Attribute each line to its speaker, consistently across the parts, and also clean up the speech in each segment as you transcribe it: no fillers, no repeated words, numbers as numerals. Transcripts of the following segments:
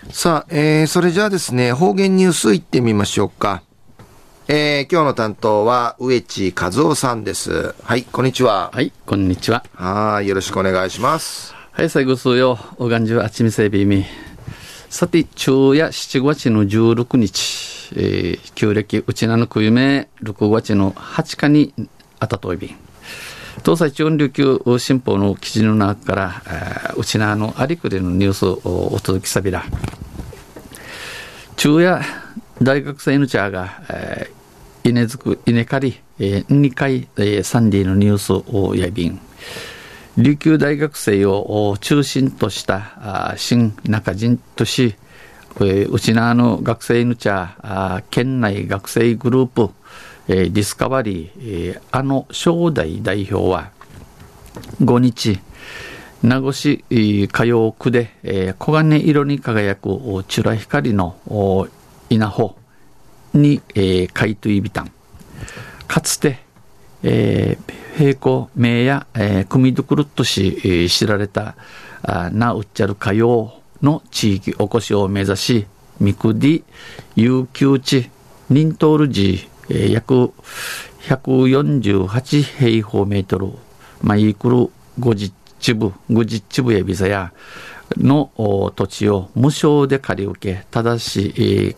Speaker 1: さあ、それじゃあですね、方言ニュースいってみましょうか。今日の担当は植地和夫さんです。はい、こんにちは。
Speaker 2: はい、こんにちは。
Speaker 1: はい、よろしくお願いします。
Speaker 2: はい、最後数よ、おがんじゅうあちみせびみ。さて、昼夜7月の16日、旧暦うちなのくゆめ6月の8日にあたといびん。東西中琉球新報の記事の中から、うちなのありくりのニュースをお届けさびら。昼夜大学生のチャーが、稲刈り、2回、3D のニュースをやびん。琉球大学生を中心とした新中人都市、うちなの学生のチャー、県内学生グループ、ディスカバリー、正代代表は5日、名護市歌謡区で、黄金色に輝くチュラ光の稲穂に、海といびたん。かつて、平行名や、組どくるっとし、知られたなうっちゃる歌謡の地域おこしを目指し、みくり有給地ニントール寺、約148平方メートル、イクル50地部やビザやの土地を無償で借り受け、ただし、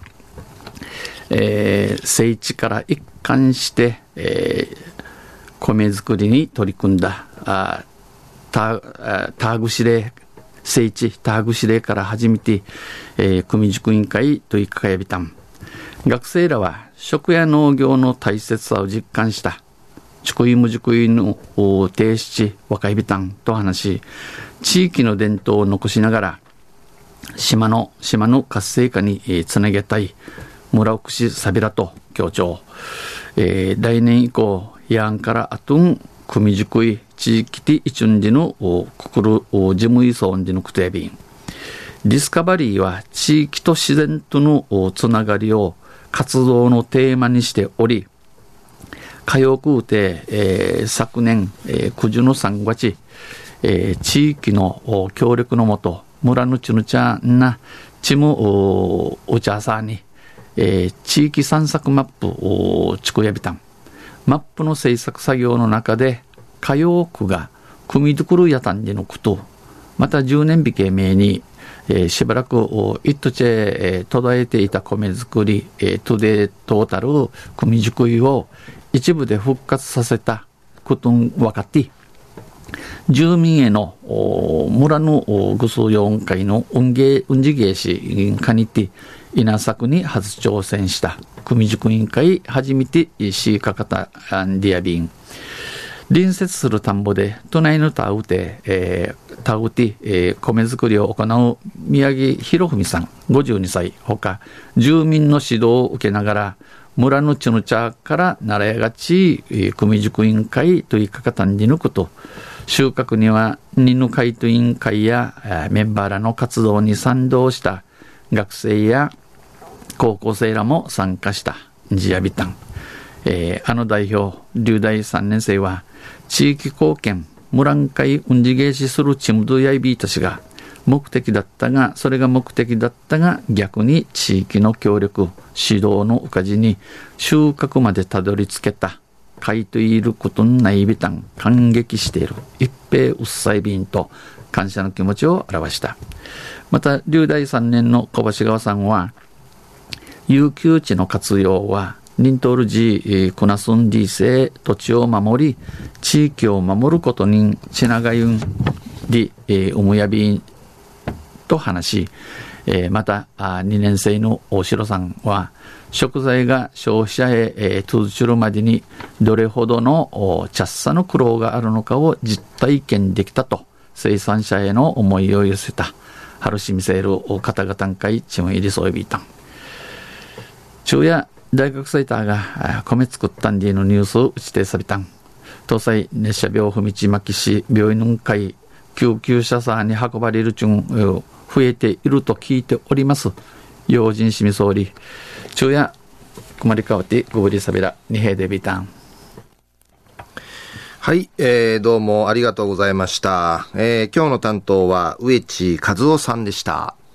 Speaker 2: 聖地から一貫して、米作りに取り組んだターグ指令聖地ターグ指令から始めて、組塾委員会といかやびたん。学生らは食や農業の大切さを実感した竹井無塾委の提出若いびたんと話し、地域の伝統を残しながら島の活性化につなげたい村奥市サビラと強調、来年以降やんからあとん組塾委地域的一順時のくくる事務委送時のくてやびん。ディスカバリーは地域と自然とのつながりを活動のテーマにしており、歌謡空て、昨年、九十の3月、地域の協力のもと村のちぬちゃんなちむお茶さんに、地域散策マップをちくやびたん。マップの制作作業の中で歌謡区が組みどくるやたんでのこと、また10年引け名に、しばらく一途チェ途絶えていた米作り、トゥデトータル組塾医を一部で復活させたことん分かって、住民への村のぐす4回の運事芸師かにて稲作に初挑戦した組塾委員会初めてしかかたディアビン。隣接する田んぼで隣の田うて、米作りを行う宮城博文さん52歳ほか住民の指導を受けながら村のちぬ茶から習いがち組塾委員会といかかたんじぬくと、収穫にはニヌ会と委員会やメンバーらの活動に賛同した学生や高校生らも参加したジアビタン。代表留大3年生は地域貢献ムラン会運事芸師するチムドヤイビーたちがそれが目的だったが逆に地域の協力指導のおかじに収穫までたどり着けた書いていることのないビタン感激している一平うっさいびんと感謝の気持ちを表した。また留大3年の小橋川さんは有給地の活用はニントールジコナスンディセ土地を守り地域を守ることにちながゆんりおむやびんと話し、また2年生の大城さんは食材が消費者へ通じるまでにどれほどのチャッサの苦労があるのかを実体験できたと生産者への思いを寄せた春しみせる方々会ちむいりそういびいたん。昼夜大学生ターが米作ったんでのニュースを打ちてさびたん。東西熱射病不道巻市病院の会救急車さんに運ばれる順増えていると聞いております。用心しみ総理昼夜くまりかわってごぶりさびらにへでびたん。
Speaker 1: はい、どうもありがとうございました。今日の担当は植地和夫さんでした。